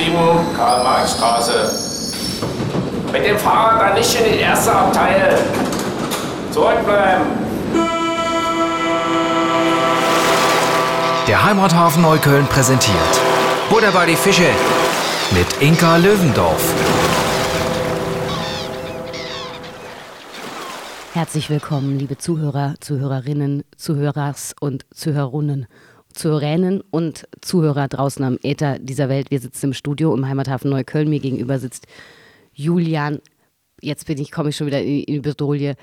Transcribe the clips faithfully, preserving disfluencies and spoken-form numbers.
sieben, Karl-Marx-Straße. Mit dem Fahrrad dann nicht in die erste Abteil. Zurückbleiben. Der Heimathafen Neukölln präsentiert Butter bei die Fische mit Inka Löwendorf. Herzlich willkommen, liebe Zuhörer, Zuhörerinnen, Zuhörers und Zuhörerinnen, Zuhörerinnen und Zuhörer draußen am Äther dieser Welt. Wir sitzen im Studio im Heimathafen Neukölln. Mir gegenüber sitzt Julian, jetzt bin ich, komme ich schon wieder in die Bedrohung,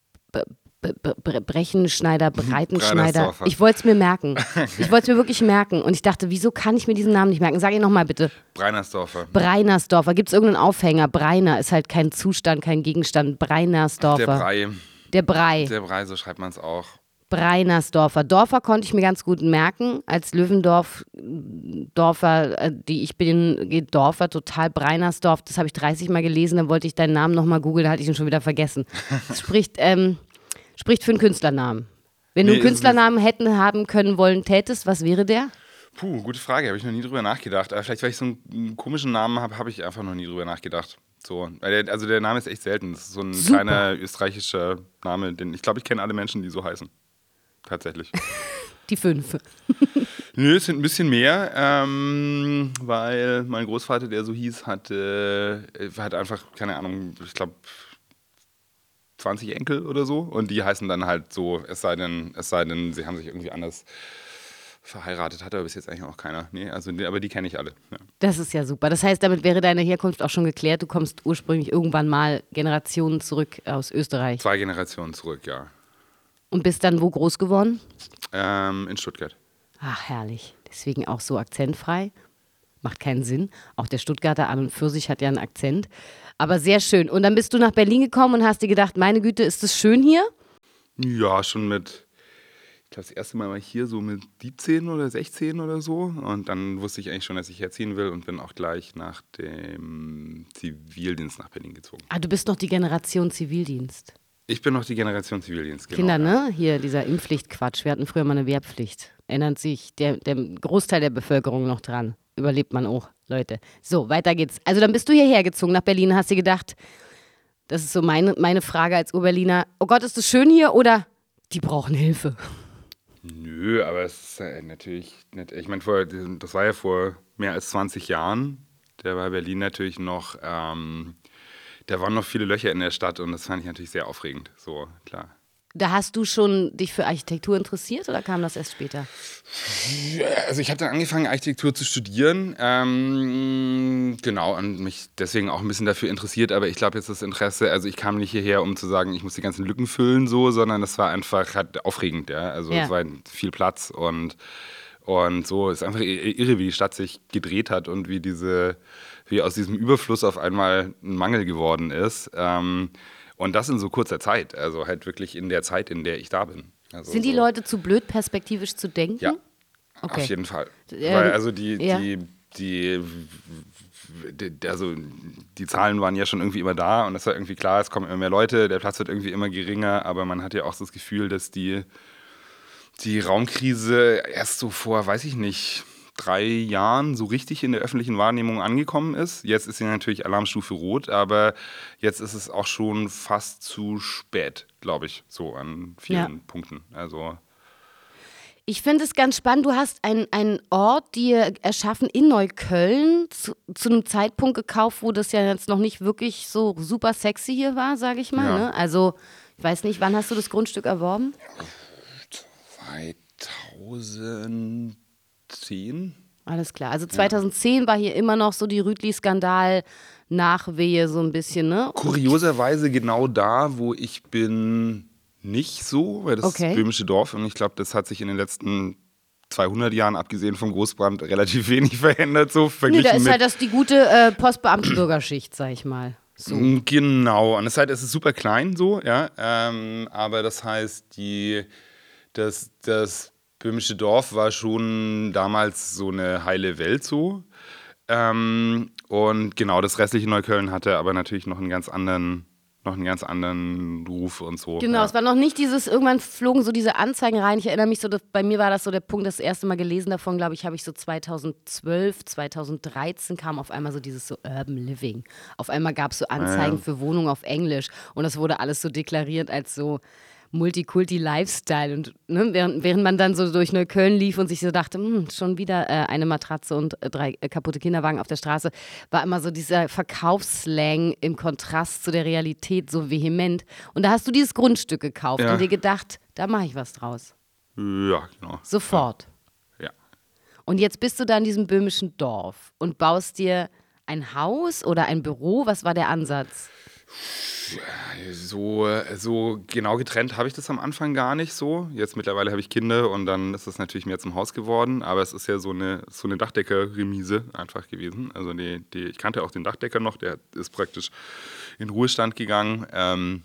Brechenschneider, Breitenschneider. Ich wollte es mir merken. Ich wollte es mir wirklich merken. Und ich dachte, wieso kann ich mir diesen Namen nicht merken? Sag ihn nochmal bitte. Breinersdorfer. Breinersdorfer. Gibt es irgendeinen Aufhänger? Breiner ist halt kein Zustand, kein Gegenstand. Breinersdorfer. Der Brei. Der Brei. Der Brei, so schreibt man es auch. Breinersdorfer. Dorfer konnte ich mir ganz gut merken. Als Löwendorf, Dorfer, die ich bin, geht Dorfer, total Breinersdorf. Das habe ich dreißig Mal gelesen. Dann wollte ich deinen Namen nochmal googeln, da hatte ich ihn schon wieder vergessen. Das spricht, ähm, spricht für einen Künstlernamen. Wenn nee, du einen Künstlernamen hätten haben können wollen, tätest, was wäre der? Puh, gute Frage. Habe ich noch nie drüber nachgedacht. Aber vielleicht, weil ich so einen komischen Namen habe, habe ich einfach noch nie drüber nachgedacht. So, also der Name ist echt selten. Das ist so ein Super. kleiner österreichischer Name, den ich glaube, ich kenne alle Menschen, die so heißen. Tatsächlich. Die fünf. Nö, es sind ein bisschen mehr, ähm, weil mein Großvater, der so hieß, hat, äh, hat einfach, keine Ahnung, ich glaube zwanzig Enkel oder so. Und die heißen dann halt so, es sei denn, es sei denn, sie haben sich irgendwie anders verheiratet, hat aber bis jetzt eigentlich auch keiner. Nee, also, aber die kenne ich alle. Ja. Das ist ja super. Das heißt, damit wäre deine Herkunft auch schon geklärt. Du kommst ursprünglich irgendwann mal Generationen zurück aus Österreich. Zwei Generationen zurück, ja. Und bist dann wo groß geworden? Ähm, in Stuttgart. Ach, herrlich. Deswegen auch so akzentfrei. Macht keinen Sinn. Auch der Stuttgarter an und für sich hat ja einen Akzent. Aber sehr schön. Und dann bist du nach Berlin gekommen und hast dir gedacht, meine Güte, ist es schön hier? Ja, schon mit, ich glaube, das erste Mal war ich hier so mit siebzehn oder sechzehn oder so. Und dann wusste ich eigentlich schon, dass ich herziehen will und bin auch gleich nach dem Zivildienst nach Berlin gezogen. Ah, du bist noch die Generation Zivildienst. Ich bin noch die Generation Zivildienst, genau. Kinder, ne? Hier, dieser Impfpflichtquatsch. Wir hatten früher mal eine Wehrpflicht. Erinnert sich der, der Großteil der Bevölkerung noch dran. Überlebt man auch, Leute. So, weiter geht's. Also dann bist du hierher gezogen nach Berlin, hast dir gedacht, das ist so meine, meine Frage als Urberliner, oh Gott, ist das schön hier oder die brauchen Hilfe? Nö, aber es ist äh, natürlich, nicht, ich meine, das war ja vor mehr als zwanzig Jahren. Da war Berlin natürlich noch... Ähm, Da waren noch viele Löcher in der Stadt und das fand ich natürlich sehr aufregend, so, klar. Da hast du schon dich für Architektur interessiert oder kam das erst später? Also ich habe dann angefangen, Architektur zu studieren, ähm, genau, und mich deswegen auch ein bisschen dafür interessiert, aber ich glaube jetzt das Interesse, also ich kam nicht hierher, um zu sagen, ich muss die ganzen Lücken füllen, so, sondern das war einfach halt aufregend, ja, also ja. Es war viel Platz und, und so, es ist einfach irre, wie die Stadt sich gedreht hat und wie diese... wie aus diesem Überfluss auf einmal ein Mangel geworden ist. Ähm, und das in so kurzer Zeit. Also halt wirklich in der Zeit, in der ich da bin. Also Sind die so. Leute zu blöd, perspektivisch zu denken? Ja, okay. Auf jeden Fall. Ähm, Weil also die, ja. die, die, die, also die Zahlen waren ja schon irgendwie immer da und es war irgendwie klar, es kommen immer mehr Leute, der Platz wird irgendwie immer geringer, aber man hat ja auch so das Gefühl, dass die, die Raumkrise erst so vor, weiß ich nicht, drei Jahren so richtig in der öffentlichen Wahrnehmung angekommen ist. Jetzt ist sie natürlich Alarmstufe Rot, aber jetzt ist es auch schon fast zu spät, glaube ich, so an vielen ja. Punkten. Also ich finde es ganz spannend, du hast einen Ort dir erschaffen in Neukölln, zu, zu einem Zeitpunkt gekauft, wo das ja jetzt noch nicht wirklich so super sexy hier war, sage ich mal. Ja. Ne? Also ich weiß nicht, wann hast du das Grundstück erworben? zweitausendzehn. Alles klar. Also zweitausendzehn ja. war hier immer noch so die Rütli-Skandal-Nachwehe so ein bisschen, ne? Kurioserweise genau da, wo ich bin, nicht so, weil das okay. ist Böhmische Dorf und ich glaube, das hat sich in den letzten zweihundert Jahren, abgesehen vom Großbrand, relativ wenig verändert. So nee, da ist halt das die gute äh, Postbeamtenbürgerschicht, sag ich mal. So. Genau. Und das heißt, es ist super klein so, ja. Ähm, aber das heißt, die, das, das Böhmische Dorf war schon damals so eine heile Welt so. Ähm, und genau, das restliche Neukölln hatte aber natürlich noch einen ganz anderen noch einen ganz anderen Ruf und so. Genau, ja. es war noch nicht dieses, irgendwann flogen so diese Anzeigen rein. Ich erinnere mich so, dass, bei mir war das so der Punkt, das erste Mal gelesen davon, glaube ich, habe ich so zweitausendzwölf, zweitausenddreizehn kam auf einmal so dieses so Urban Living. Auf einmal gab es so Anzeigen Ja. für Wohnungen auf Englisch und das wurde alles so deklariert als so Multikulti-Lifestyle und ne, während, während man dann so durch Neukölln lief und sich so dachte, hm, schon wieder äh, eine Matratze und äh, drei äh, kaputte Kinderwagen auf der Straße, war immer so dieser Verkaufsslang im Kontrast zu der Realität so vehement. Und da hast du dieses Grundstück gekauft Ja. und dir gedacht, da mache ich was draus. Ja, genau. Sofort. Ja. Und jetzt bist du da in diesem böhmischen Dorf und baust dir ein Haus oder ein Büro. Was war der Ansatz? So, so genau getrennt habe ich das am Anfang gar nicht so. Jetzt mittlerweile habe ich Kinder und dann ist es natürlich mehr zum Haus geworden. Aber es ist ja so eine, so eine Dachdecker-Remise einfach gewesen. Also die, die, ich kannte auch den Dachdecker noch, der ist praktisch in Ruhestand gegangen. Ähm,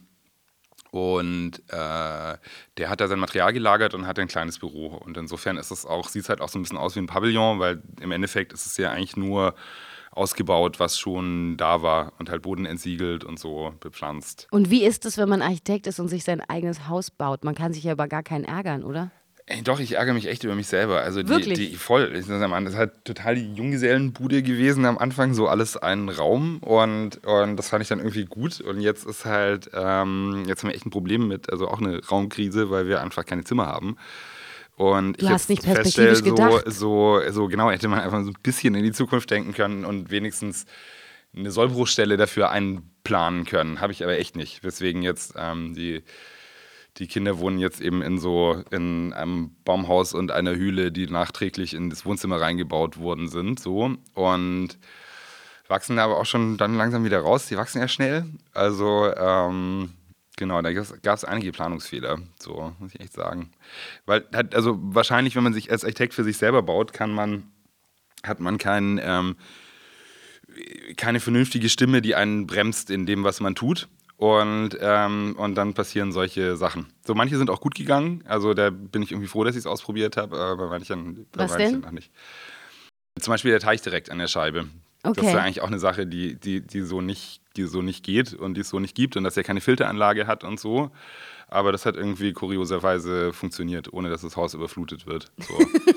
und äh, der hat da sein Material gelagert und hat ein kleines Büro. Und insofern ist es auch, sieht es halt auch so ein bisschen aus wie ein Pavillon, weil im Endeffekt ist es ja eigentlich nur ausgebaut, was schon da war und halt Boden entsiegelt und so bepflanzt. Und wie ist es, wenn man Architekt ist und sich sein eigenes Haus baut? Man kann sich ja über gar keinen ärgern, oder? Ey, doch, ich ärgere mich echt über mich selber. Also die, Wirklich? die voll. Ich sag mal, das ist halt total die Junggesellenbude gewesen am Anfang, so alles ein Raum und, und das fand ich dann irgendwie gut. Und jetzt ist halt, ähm, jetzt haben wir echt ein Problem mit, also auch eine Raumkrise, weil wir einfach keine Zimmer haben. Und Du ich hast jetzt nicht perspektivisch feststelle, gedacht. So, so, so genau, hätte man einfach so ein bisschen in die Zukunft denken können und wenigstens eine Sollbruchstelle dafür einplanen können. Habe ich aber echt nicht. Weswegen jetzt ähm, die, die Kinder wohnen jetzt eben in so in einem Baumhaus und einer Hüle, die nachträglich in das Wohnzimmer reingebaut worden sind. So. Und wachsen aber auch schon dann langsam wieder raus. Die wachsen ja schnell. Also ähm, genau, da gab es einige Planungsfehler, so muss ich echt sagen. Weil, halt, also wahrscheinlich, wenn man sich als Architekt für sich selber baut, kann man, hat man kein, ähm, keine vernünftige Stimme, die einen bremst in dem, was man tut. Und, ähm, und dann passieren solche Sachen. So, manche sind auch gut gegangen. Also da bin ich irgendwie froh, dass ich es ausprobiert habe, aber bei manchen, bei Was manchen denn? noch nicht. Zum Beispiel der Teich direkt an der Scheibe. Das ist Okay. ja eigentlich auch eine Sache, die, die, die, so nicht, die so nicht geht und die es so nicht gibt und dass er keine Filteranlage hat und so. Aber das hat irgendwie kurioserweise funktioniert, ohne dass das Haus überflutet wird. So.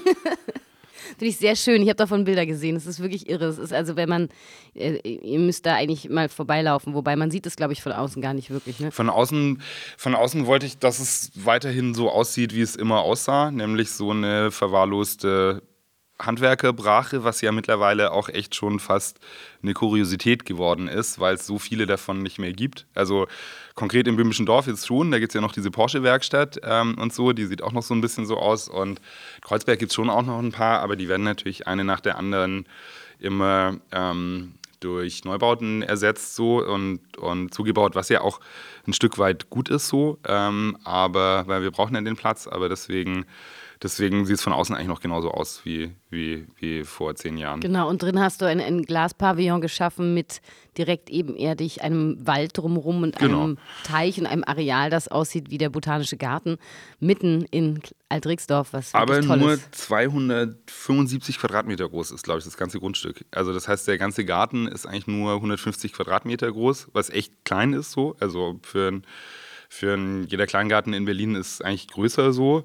Finde ich sehr schön. Ich habe davon Bilder gesehen. Es ist wirklich irre. Es ist also, wenn man, äh, ihr müsst da eigentlich mal vorbeilaufen, wobei man sieht es, glaube ich, von außen gar nicht wirklich. Ne? Von außen, von außen wollte ich, dass es weiterhin so aussieht, wie es immer aussah, nämlich so eine verwahrloste Handwerkerbrache, was ja mittlerweile auch echt schon fast eine Kuriosität geworden ist, weil es so viele davon nicht mehr gibt. Also konkret im Böhmischen Dorf jetzt schon, da gibt es ja noch diese Porsche-Werkstatt ähm, und so, die sieht auch noch so ein bisschen so aus. Und Kreuzberg gibt es schon auch noch ein paar, aber die werden natürlich eine nach der anderen immer ähm, durch Neubauten ersetzt so und, und zugebaut, was ja auch ein Stück weit gut ist so, ähm, aber weil wir brauchen ja den Platz, aber deswegen Deswegen sieht es von außen eigentlich noch genauso aus wie, wie, wie vor zehn Jahren. Genau, und drin hast du ein, ein Glaspavillon geschaffen mit direkt ebenerdig einem Wald drumherum und Genau. einem Teich und einem Areal, das aussieht wie der Botanische Garten, mitten in Alt-Rixdorf, was Aber wirklich toll nur ist. zweihundertfünfundsiebzig Quadratmeter groß ist, glaube ich, das ganze Grundstück. Also das heißt, der ganze Garten ist eigentlich nur hundertfünfzig Quadratmeter groß, was echt klein ist so. Also für, ein, für ein, jeder Kleingarten in Berlin ist eigentlich größer so.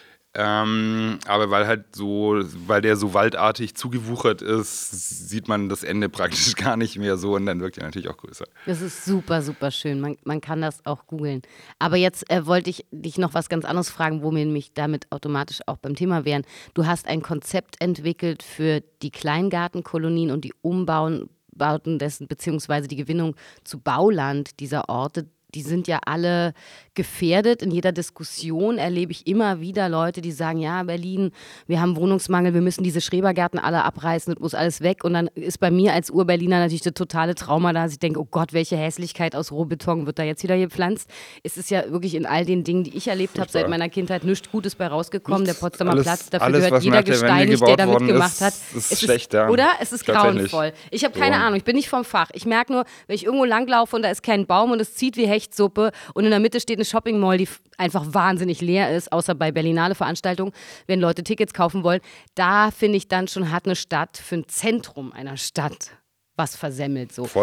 Ähm, aber weil halt so, weil der so waldartig zugewuchert ist, sieht man das Ende praktisch gar nicht mehr so und dann wirkt er natürlich auch größer. Das ist super, super schön. Man, man kann das auch googeln. Aber jetzt äh, wollte ich dich noch was ganz anderes fragen, wo wir nämlich damit automatisch auch beim Thema wären. Du hast ein Konzept entwickelt für die Kleingartenkolonien und die Umbauten dessen, beziehungsweise die Gewinnung zu Bauland dieser Orte. Die sind ja alle gefährdet. In jeder Diskussion erlebe ich immer wieder Leute, die sagen, ja, Berlin, wir haben Wohnungsmangel, wir müssen diese Schrebergärten alle abreißen, das muss alles weg. Und dann ist bei mir als Ur-Berliner natürlich das totale Trauma da, dass ich denke, oh Gott, welche Hässlichkeit aus Rohbeton wird da jetzt wieder gepflanzt. Es ist ja wirklich in all den Dingen, die ich erlebt habe seit meiner Kindheit, nichts Gutes bei rausgekommen. Der Potsdamer Alles- Platz, dafür alles, gehört was jeder nach der Wende gesteinigt, der gebaut da worden mitgemacht ist, hat. ist Es schlecht, ja. Oder? Es ist Tatsächlich. grauenvoll. Ich habe keine So. Ahnung, ich bin nicht vom Fach. Ich merke nur, wenn ich irgendwo langlaufe und da ist kein Baum und es zieht wie Hechtsuppe und in der Mitte steht eine Shopping Mall, die f- einfach wahnsinnig leer ist, außer bei Berlinale Veranstaltungen, wenn Leute Tickets kaufen wollen. Da finde ich dann schon, hat eine Stadt für ein Zentrum einer Stadt was versemmelt. So. Voll.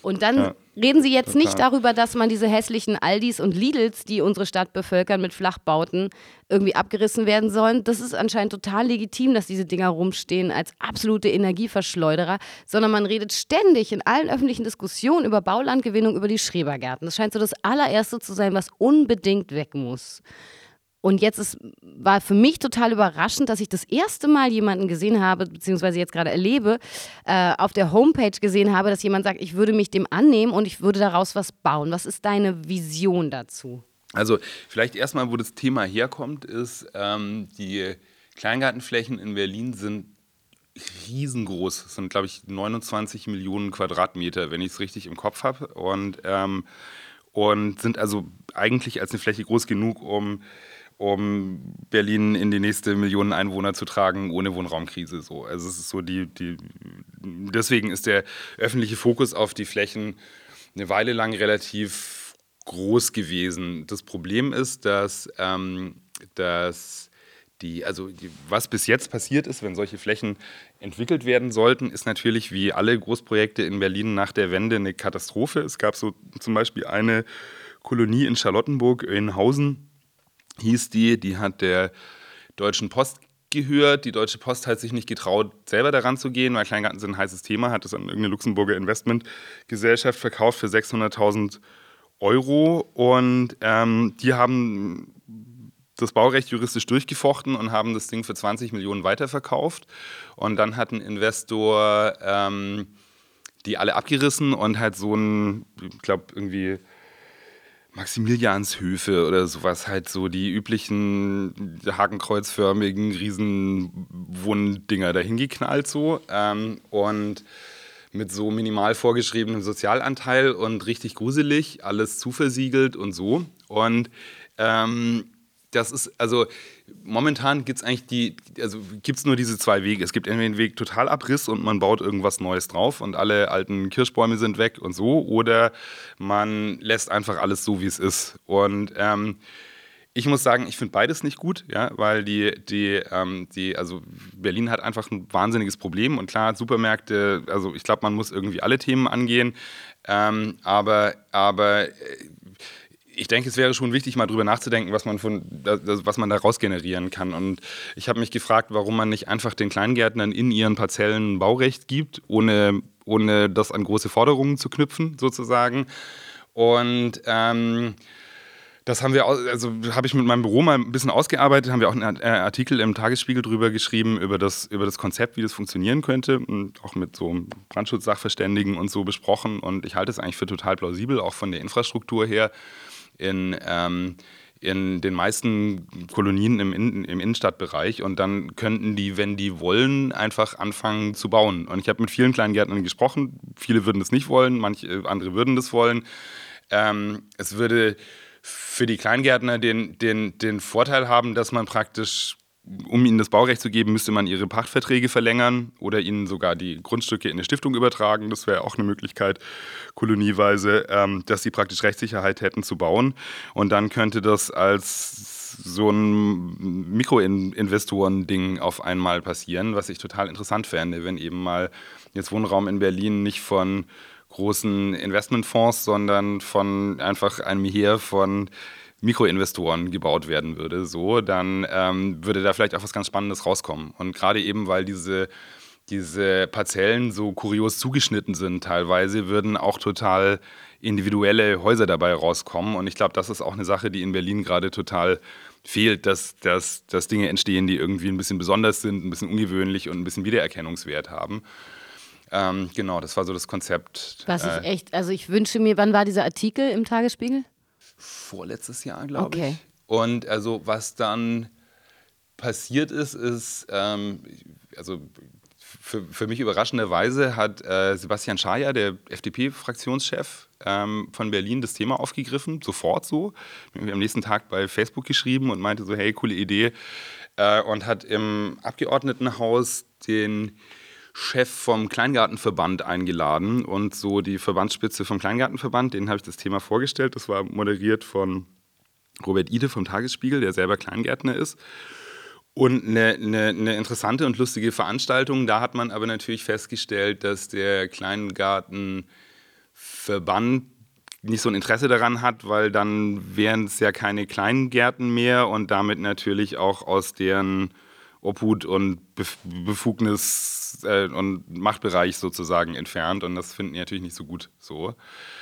Und dann Ja. reden Sie jetzt Total. nicht darüber, dass man diese hässlichen Aldis und Lidls, die unsere Stadt bevölkern mit Flachbauten, irgendwie abgerissen werden sollen. Das ist anscheinend total legitim, dass diese Dinger rumstehen als absolute Energieverschleuderer, sondern man redet ständig in allen öffentlichen Diskussionen über Baulandgewinnung, über die Schrebergärten. Das scheint so das allererste zu sein, was unbedingt weg muss. Und jetzt ist, war für mich total überraschend, dass ich das erste Mal jemanden gesehen habe, beziehungsweise jetzt gerade erlebe, äh, auf der Homepage gesehen habe, dass jemand sagt, ich würde mich dem annehmen und ich würde daraus was bauen. Was ist deine Vision dazu? Also vielleicht erstmal, wo das Thema herkommt, ist, ähm, die Kleingartenflächen in Berlin sind riesengroß. Das sind, glaube ich, neunundzwanzig Millionen Quadratmeter, wenn ich es richtig im Kopf habe. Und, ähm, und sind also eigentlich als eine Fläche groß genug, um um Berlin in die nächste Million Einwohner zu tragen, ohne Wohnraumkrise. So. Also es ist so die, die, deswegen ist der öffentliche Fokus auf die Flächen eine Weile lang relativ groß gewesen. Das Problem ist, dass, ähm, dass die, also die, was bis jetzt passiert ist, wenn solche Flächen entwickelt werden sollten, ist natürlich wie alle Großprojekte in Berlin nach der Wende eine Katastrophe. Es gab so zum Beispiel eine Kolonie in Charlottenburg, Oeynhausen, hieß die, die hat der Deutschen Post gehört. Die Deutsche Post hat sich nicht getraut, selber daran zu gehen, weil Kleingarten sind ein heißes Thema, hat es an irgendeine Luxemburger Investmentgesellschaft verkauft für sechshunderttausend Euro. Und ähm, die haben das Baurecht juristisch durchgefochten und haben das Ding für zwanzig Millionen weiterverkauft. Und dann hat ein Investor ähm, die alle abgerissen und halt so ein, ich glaube, irgendwie Maximilianshöfe oder sowas, halt so die üblichen hakenkreuzförmigen Riesenwohndinger dahin geknallt so ähm, und mit so minimal vorgeschriebenem Sozialanteil und richtig gruselig, alles zuversiegelt und so. Und ähm, das ist, also momentan gibt es eigentlich die, also gibt es nur diese zwei Wege. Es gibt entweder den Weg Totalabriss und man baut irgendwas Neues drauf und alle alten Kirschbäume sind weg und so, oder man lässt einfach alles so, wie es ist. Und ähm, ich muss sagen, ich finde beides nicht gut, ja, weil die, die, ähm, die, also Berlin hat einfach ein wahnsinniges Problem und klar, Supermärkte, also ich glaube, man muss irgendwie alle Themen angehen, ähm, aber, aber ich denke, es wäre schon wichtig, mal drüber nachzudenken, was man, von, was man daraus generieren kann. Und ich habe mich gefragt, warum man nicht einfach den Kleingärtnern in ihren Parzellen ein Baurecht gibt, ohne, ohne das an große Forderungen zu knüpfen, sozusagen. Und ähm, das haben wir, also habe ich mit meinem Büro mal ein bisschen ausgearbeitet, haben wir auch einen Artikel im Tagesspiegel drüber geschrieben, über das, über das Konzept, wie das funktionieren könnte, und auch mit so Brandschutzsachverständigen und so besprochen. Und ich halte es eigentlich für total plausibel, auch von der Infrastruktur her. In, ähm, in den meisten Kolonien im, in, im Innenstadtbereich, und dann könnten die, wenn die wollen, einfach anfangen zu bauen. Und ich habe mit vielen Kleingärtnern gesprochen, viele würden das nicht wollen, manche andere würden das wollen. Ähm, es würde für die Kleingärtner den, den, den Vorteil haben, dass man praktisch, um ihnen das Baurecht zu geben, müsste man ihre Pachtverträge verlängern oder ihnen sogar die Grundstücke in eine Stiftung übertragen. Das wäre auch eine Möglichkeit, kolonieweise, ähm, dass sie praktisch Rechtssicherheit hätten zu bauen. Und dann könnte das als so ein Mikroinvestoren-Ding auf einmal passieren, was ich total interessant fände, wenn eben mal jetzt Wohnraum in Berlin nicht von großen Investmentfonds, sondern von einfach einem Heer von Mikroinvestoren gebaut werden würde, so, dann ähm, würde da vielleicht auch was ganz Spannendes rauskommen. Und gerade eben, weil diese, diese Parzellen so kurios zugeschnitten sind teilweise, würden auch total individuelle Häuser dabei rauskommen. Und ich glaube, das ist auch eine Sache, die in Berlin gerade total fehlt, dass, dass, dass Dinge entstehen, die irgendwie ein bisschen besonders sind, ein bisschen ungewöhnlich und ein bisschen Wiedererkennungswert haben. Ähm, genau, das war so das Konzept. Was äh, ich echt, also ich wünsche mir, wann war dieser Artikel im Tagesspiegel? Vorletztes Jahr, glaube Okay. ich. Und also was dann passiert ist, ist, ähm, also für, für mich überraschenderweise hat äh, Sebastian Schaja, der F D P-Fraktionschef ähm, von Berlin, das Thema aufgegriffen, sofort so. Wir haben am nächsten Tag bei Facebook geschrieben und meinte so, hey, coole Idee. Äh, und hat im Abgeordnetenhaus den Chef vom Kleingartenverband eingeladen und so die Verbandsspitze vom Kleingartenverband, denen habe ich das Thema vorgestellt. Das war moderiert von Robert Ide vom Tagesspiegel, der selber Kleingärtner ist. Und eine, eine, eine interessante und lustige Veranstaltung. Da hat man aber natürlich festgestellt, dass der Kleingartenverband Verband nicht so ein Interesse daran hat, weil dann wären es ja keine Kleingärten mehr und damit natürlich auch aus deren Obhut und Befugnis äh, und Machtbereich sozusagen entfernt und das finden die natürlich nicht so gut so.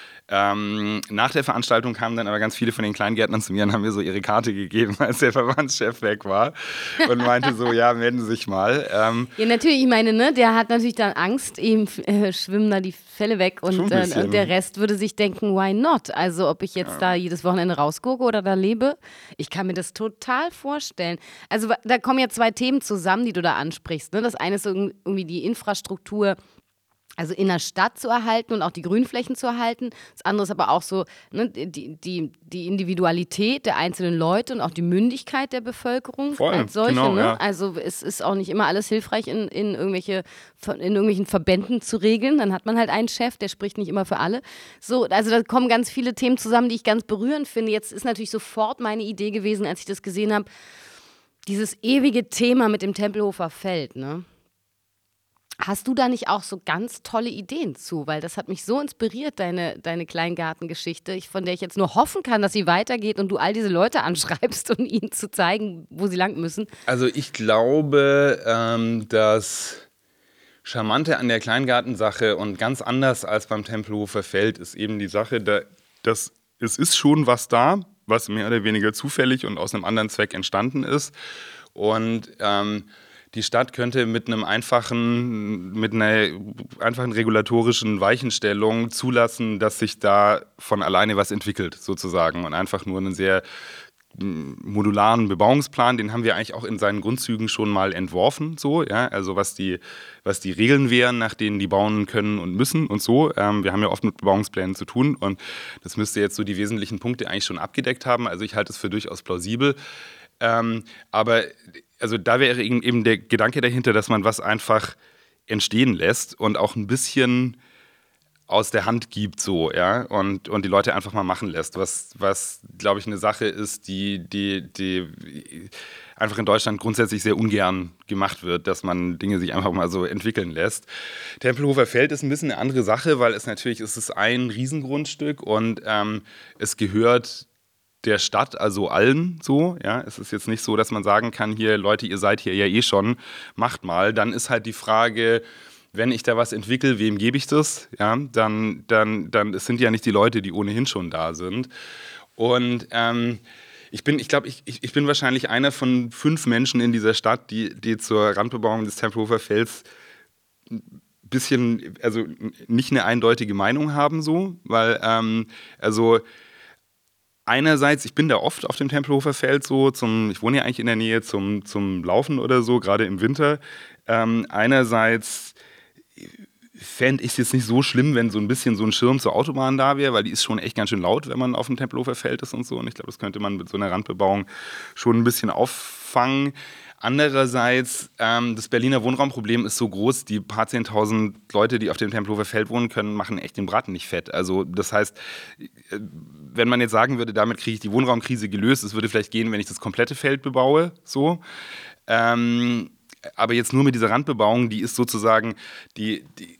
Ähm, nach der Veranstaltung kamen dann aber ganz viele von den Kleingärtnern zu mir und haben mir so ihre Karte gegeben, als der Verbandschef weg war und meinte so, ja, melden Sie sich mal. Ähm, ja, natürlich, ich meine, ne, der hat natürlich dann Angst, ihm äh, schwimmen da die Fälle weg und, äh, und der Rest würde sich denken, why not? Also ob ich jetzt ja. da jedes Wochenende rausgucke oder da lebe, ich kann mir das total vorstellen. Also da kommen ja zwei Themen zusammen, die du da ansprichst. Ne? Das eine ist irgendwie die Infrastruktur, also in der Stadt zu erhalten und auch die Grünflächen zu erhalten. Das andere ist aber auch so ne, die, die, die Individualität der einzelnen Leute und auch die Mündigkeit der Bevölkerung Voll, als solche. genau, ne? ja. Also es ist auch nicht immer alles hilfreich, in, in, irgendwelche, in irgendwelchen Verbänden zu regeln. Dann hat man halt einen Chef, der spricht nicht immer für alle. So, also da kommen ganz viele Themen zusammen, die ich ganz berührend finde. Jetzt ist natürlich sofort meine Idee gewesen, als ich das gesehen habe, dieses ewige Thema mit dem Tempelhofer Feld, ne? Hast du da nicht auch so ganz tolle Ideen zu? Weil das hat mich so inspiriert, deine, deine Kleingartengeschichte, ich, von der ich jetzt nur hoffen kann, dass sie weitergeht und du all diese Leute anschreibst, um ihnen zu zeigen, wo sie lang müssen. Also ich glaube, ähm, das Charmante an der Kleingartensache und ganz anders als beim Tempelhofer Feld ist eben die Sache, da, dass es ist schon was da, was mehr oder weniger zufällig und aus einem anderen Zweck entstanden ist. Und ähm, die Stadt könnte mit einem einfachen, mit einer einfachen regulatorischen Weichenstellung zulassen, dass sich da von alleine was entwickelt, sozusagen. Und einfach nur einen sehr modularen Bebauungsplan, den haben wir eigentlich auch in seinen Grundzügen schon mal entworfen, so, ja, also was die, was die Regeln wären, nach denen die bauen können und müssen und so. Ähm, wir haben ja oft mit Bebauungsplänen zu tun und das müsste jetzt so die wesentlichen Punkte eigentlich schon abgedeckt haben. Also ich halte es für durchaus plausibel. Ähm, aber also da wäre eben der Gedanke dahinter, dass man was einfach entstehen lässt und auch ein bisschen aus der Hand gibt so, ja, und, und die Leute einfach mal machen lässt, was, was glaube ich, eine Sache ist, die, die, die einfach in Deutschland grundsätzlich sehr ungern gemacht wird, dass man Dinge sich einfach mal so entwickeln lässt. Tempelhofer Feld ist ein bisschen eine andere Sache, weil es natürlich ist es ein Riesengrundstück und ähm, es gehört der Stadt, also allen so, ja, es ist jetzt nicht so, dass man sagen kann, hier, Leute, ihr seid hier ja eh schon, macht mal. Dann ist halt die Frage, wenn ich da was entwickle, wem gebe ich das? Ja, dann, dann, dann es sind ja nicht die Leute, die ohnehin schon da sind. Und ähm, ich bin, ich glaube, ich, ich, ich bin wahrscheinlich einer von fünf Menschen in dieser Stadt, die, die zur Randbebauung des Tempelhofer Felds ein bisschen, also nicht eine eindeutige Meinung haben, so, weil, ähm, also einerseits, ich bin da oft auf dem Tempelhofer Feld so, zum, ich wohne ja eigentlich in der Nähe zum, zum Laufen oder so, gerade im Winter. Ähm, einerseits fände ich es jetzt nicht so schlimm, wenn so ein bisschen so ein Schirm zur Autobahn da wäre, weil die ist schon echt ganz schön laut, wenn man auf dem Tempelhofer Feld ist und so. Und ich glaube, das könnte man mit so einer Randbebauung schon ein bisschen auffangen. Andererseits, ähm, das Berliner Wohnraumproblem ist so groß, die paar zehntausend Leute, die auf dem Tempelhofer Feld wohnen können, machen echt den Braten nicht fett. Also das heißt, wenn man jetzt sagen würde, damit kriege ich die Wohnraumkrise gelöst, es würde vielleicht gehen, wenn ich das komplette Feld bebaue, so. Ähm, aber jetzt nur mit dieser Randbebauung, die ist sozusagen, die, die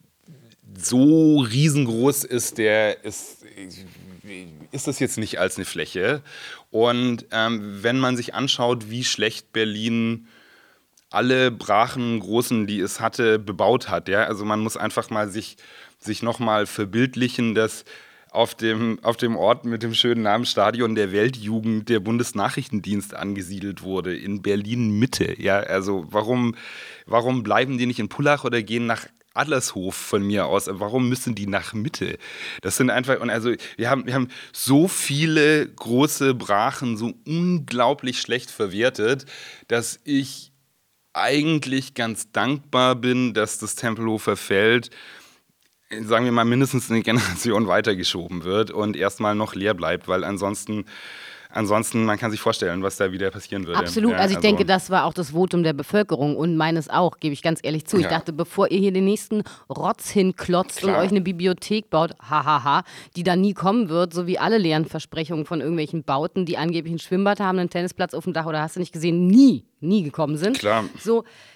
so riesengroß ist, der ist, ist das jetzt nicht als eine Fläche. Und ähm, wenn man sich anschaut, wie schlecht Berlin alle Brachen, großen, die es hatte, bebaut hat, ja, also man muss einfach mal sich, sich nochmal verbildlichen, dass auf dem, auf dem Ort mit dem schönen Namen Stadion der Weltjugend der Bundesnachrichtendienst angesiedelt wurde, in Berlin-Mitte. Ja, also warum, warum bleiben die nicht in Pullach oder gehen nach Adlershof von mir aus? Warum müssen die nach Mitte? Das sind einfach, und also wir haben, wir haben so viele große Brachen so unglaublich schlecht verwertet, dass ich eigentlich ganz dankbar bin, dass das Tempelhofer Feld, sagen wir mal, mindestens eine Generation weitergeschoben wird und erstmal noch leer bleibt, weil ansonsten, ansonsten, man kann sich vorstellen, was da wieder passieren würde. Absolut, ja, also ich also denke, das war auch das Votum der Bevölkerung und meines auch, gebe ich ganz ehrlich zu. Ich Ja. dachte, bevor ihr hier den nächsten Rotz hinklotzt Klar. und euch eine Bibliothek baut, hahaha, die da nie kommen wird, so wie alle leeren Versprechungen von irgendwelchen Bauten, die angeblich ein Schwimmbad haben, einen Tennisplatz auf dem Dach oder hast du nicht gesehen, nie, nie gekommen sind. Klar. So,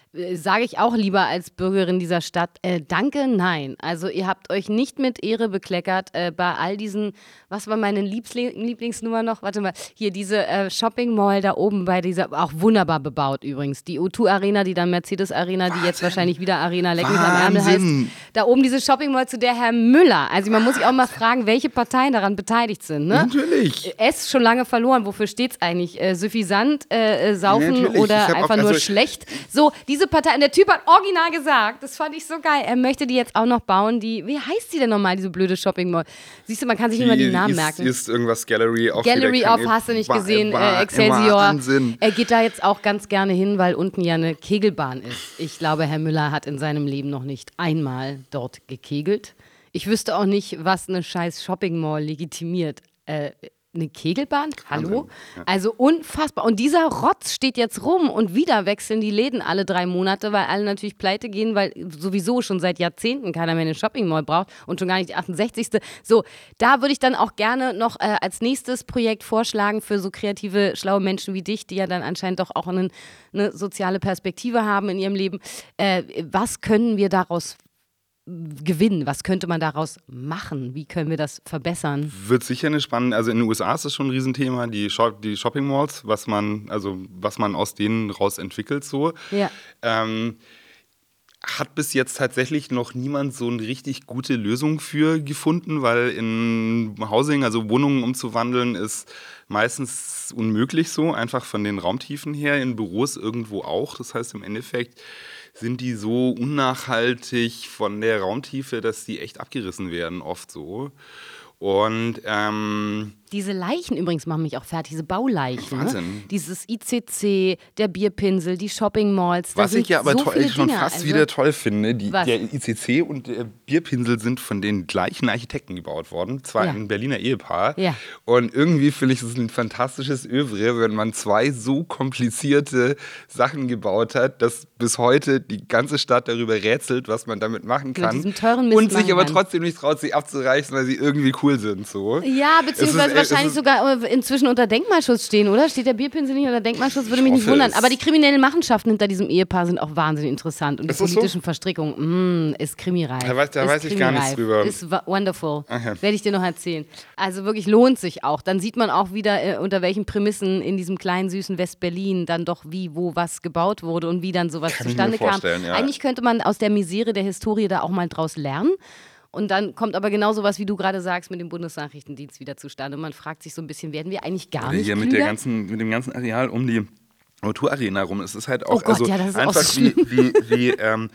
äh, sage ich auch lieber als Bürgerin dieser Stadt, äh, danke, nein. Also ihr habt euch nicht mit Ehre bekleckert äh, bei all diesen, was war meine Liebsli- Lieblingsnummer noch? Warte mal, hier diese äh, Shopping Mall da oben bei dieser, auch wunderbar bebaut übrigens. Die O zwei Arena, die dann Mercedes Arena, die jetzt wahrscheinlich wieder Arena Leck mich am Ärmel heißt. Da oben diese Shopping Mall, zu der Herr Müller, also man muss sich auch mal fragen, welche Parteien daran beteiligt sind. Ne? Natürlich. S schon lange verloren, wofür steht's eigentlich? Äh, suffisant, äh, saufen Natürlich. oder Ich hab einfach auch- nur also- schlecht? So, diese Partei, und der Typ hat original gesagt, das fand ich so geil, er möchte die jetzt auch noch bauen, die, wie heißt die denn nochmal, diese blöde Shopping Mall? Siehst du, man kann sich nicht mal die Namen ist, merken. Ist irgendwas Gallery auf Gallery wieder, of, hast du nicht Wa- gesehen, Wa- äh, Excelsior. Wahnsinn. Er geht da jetzt auch ganz gerne hin, weil unten ja eine Kegelbahn ist. Ich glaube, Herr Müller hat in seinem Leben noch nicht einmal dort gekegelt. Ich wüsste auch nicht, was eine scheiß Shopping Mall legitimiert. Äh, eine Kegelbahn? Hallo? Ja. Also unfassbar. Und dieser Rotz steht jetzt rum und wieder wechseln die Läden alle drei Monate, weil alle natürlich pleite gehen, weil sowieso schon seit Jahrzehnten keiner mehr eine Shopping Mall braucht und schon gar nicht die achtundsechzigste. So, da würde ich dann auch gerne noch äh, als nächstes Projekt vorschlagen für so kreative, schlaue Menschen wie dich, die ja dann anscheinend doch auch einen, eine soziale Perspektive haben in ihrem Leben. Äh, was können wir daraus gewinnen? Was könnte man daraus machen? Wie können wir das verbessern? Wird sicher eine spannende, also in den U S A ist das schon ein Riesenthema, die, Shop, die Shopping Malls, was man, also was man aus denen raus entwickelt so. Ja. Ähm, hat bis jetzt tatsächlich noch niemand so eine richtig gute Lösung für gefunden, weil in Housing, also Wohnungen umzuwandeln, ist meistens unmöglich so, einfach von den Raumtiefen her, in Büros irgendwo auch. Das heißt im Endeffekt sind die so unnachhaltig von der Raumtiefe, dass die echt abgerissen werden, oft so. Und ähm, Diese Leichen übrigens machen mich auch fertig, diese Bauleichen. Wahnsinn. Ne? Dieses I C C, der Bierpinsel, die Shopping Malls. da was sind ich ja aber so toll, viele schon Dinge. fast Also, wieder toll finde, die, Was? der I C C und der Bierpinsel sind von den gleichen Architekten gebaut worden, zwar Ja. ein Berliner Ehepaar. Ja. Und irgendwie finde ich es ein fantastisches Övre, wenn man zwei so komplizierte Sachen gebaut hat, dass bis heute die ganze Stadt darüber rätselt, was man damit machen kann. diesem teuren Mist und sich machen aber kann. trotzdem nicht traut, sie abzureißen, weil sie irgendwie cool sind. So. Ja, Es beziehungsweise ist- es wahrscheinlich ist- sogar inzwischen unter Denkmalschutz stehen, oder? Steht der Bierpinsel nicht unter Denkmalschutz? Würde mich nicht hoffe wundern. es. Aber die kriminellen Machenschaften hinter diesem Ehepaar sind auch wahnsinnig interessant. Und die Ist das so? politischen Verstrickungen, mh, ist krimireif. Da weiß- da ist weiß ich gar nichts krimireif. drüber. Ist wa- wonderful. Okay. Werde ich dir noch erzählen. Also wirklich lohnt sich auch. Dann sieht man auch wieder, äh, unter welchen Prämissen in diesem kleinen, süßen West-Berlin dann doch wie, wo was gebaut wurde und wie dann sowas Kann ich zustande mir vorstellen, kam. ja. Eigentlich könnte man aus der Misere der Historie da auch mal draus lernen. Und dann kommt aber genau sowas, wie du gerade sagst, mit dem Bundesnachrichtendienst wieder zustande. Und man fragt sich so ein bisschen, werden wir eigentlich gar Oder nicht hier mit, klüger? der ganzen, mit dem ganzen Areal um die O zwei Arena rum. Es ist halt auch Oh Gott, also ja, das ist auch einfach so wie, schlimm. wie, wie ähm,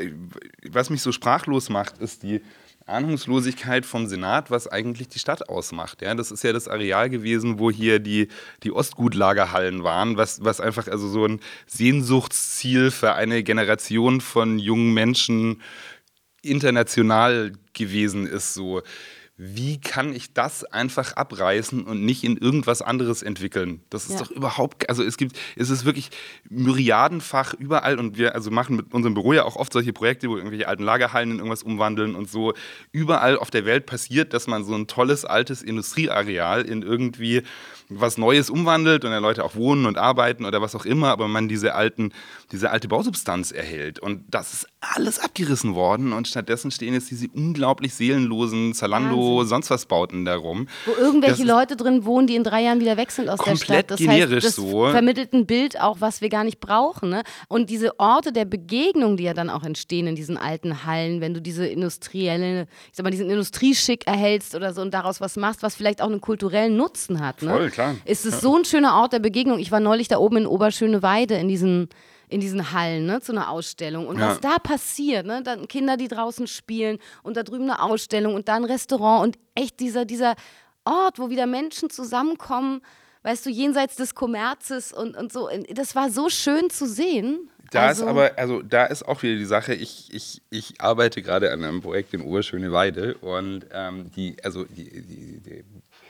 was mich so sprachlos macht, ist die Ahnungslosigkeit vom Senat, was eigentlich die Stadt ausmacht. Ja, das ist ja das Areal gewesen, wo hier die, die Ostgutlagerhallen waren, was, was einfach also so ein Sehnsuchtsziel für eine Generation von jungen Menschen international gewesen ist. So. Wie kann ich das einfach abreißen und nicht in irgendwas anderes entwickeln? Das ist Ja. doch überhaupt, also es gibt, es ist wirklich myriadenfach überall und wir also machen mit unserem Büro ja auch oft solche Projekte, wo wir irgendwelche alten Lagerhallen in irgendwas umwandeln und so. Überall auf der Welt passiert, dass man so ein tolles, altes Industrieareal in irgendwie was Neues umwandelt und da Leute auch wohnen und arbeiten oder was auch immer, aber man diese alten, diese alte Bausubstanz erhält. Und das ist alles abgerissen worden und stattdessen stehen jetzt diese unglaublich seelenlosen Zalando, Wahnsinn. sonst was Bauten darum. Wo irgendwelche Das ist Leute drin wohnen, die in drei Jahren wieder weg sind aus der komplett Stadt. Das generisch heißt, das so. vermittelt ein Bild auch, was wir gar nicht brauchen. Ne? Und diese Orte der Begegnung, die ja dann auch entstehen in diesen alten Hallen, wenn du diese industrielle, ich sag mal, diesen Industrieschick erhältst oder so und daraus was machst, was vielleicht auch einen kulturellen Nutzen hat. Ne? Voll, klar. Ist es so ein schöner Ort der Begegnung. Ich war neulich da oben in Oberschöneweide in diesen in diesen Hallen, ne, zu einer Ausstellung. Und Ja. was da passiert, ne, dann Kinder, die draußen spielen und da drüben eine Ausstellung und da ein Restaurant und echt dieser, dieser Ort, wo wieder Menschen zusammenkommen, weißt du, jenseits des Kommerzes und, und so. Das war so schön zu sehen. Da also, ist aber, also da ist auch wieder die Sache, ich, ich, ich arbeite gerade an einem Projekt in Oberschöneweide und ähm, die, also die, die, der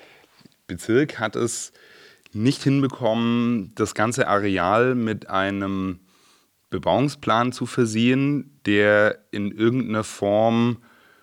Bezirk hat es nicht hinbekommen, das ganze Areal mit einem Bebauungsplan zu versehen, der in irgendeiner Form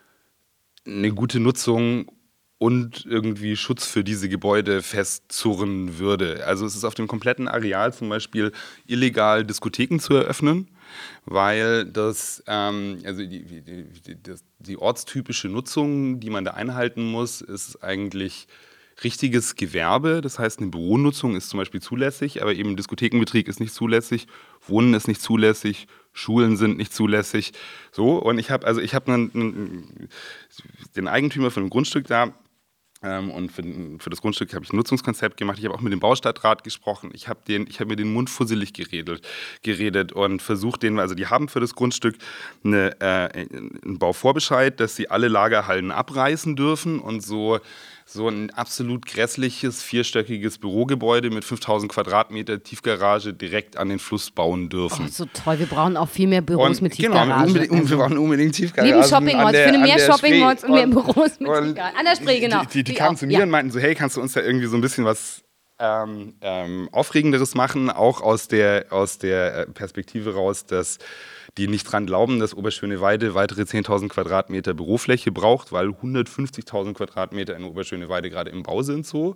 eine gute Nutzung und irgendwie Schutz für diese Gebäude festzurren würde. Also es ist auf dem kompletten Areal zum Beispiel illegal, Diskotheken zu eröffnen. weil das, ähm, also die, die, die, das, die ortstypische Nutzung, die man da einhalten muss, ist eigentlich richtiges Gewerbe. Das heißt, eine Büronutzung ist zum Beispiel zulässig, aber eben Diskothekenbetrieb ist nicht zulässig, Wohnen ist nicht zulässig, Schulen sind nicht zulässig. So, und ich habe also ich habe den Eigentümer von einem Grundstück da. Ähm, und für, für das Grundstück habe ich ein Nutzungskonzept gemacht. Ich habe auch mit dem Baustadtrat gesprochen. Ich habe hab mir den Mund fusselig geredet, geredet und versucht, den, also die haben für das Grundstück eine, äh, einen Bauvorbescheid, dass sie alle Lagerhallen abreißen dürfen und so, so ein absolut grässliches, vierstöckiges Bürogebäude mit fünftausend Quadratmeter Tiefgarage direkt an den Fluss bauen dürfen. Oh, so toll. Wir brauchen auch viel mehr Büros und, mit Tiefgarage. Genau, unbedingt, also. Wir brauchen unbedingt Tiefgarage. Neben Shoppingmalls. Ich finde mehr Shoppingmalls und, und mehr Büros mit und Tiefgarage. An der Spree, genau. Die, die, die kamen zu mir ja. und meinten so, hey, kannst du uns da irgendwie so ein bisschen was ähm, ähm, Aufregenderes machen? Auch aus der, aus der Perspektive raus, dass die nicht dran glauben, dass Oberschöneweide weitere zehntausend Quadratmeter Bürofläche braucht, weil hundertfünfzigtausend Quadratmeter in Oberschöneweide gerade im Bau sind so.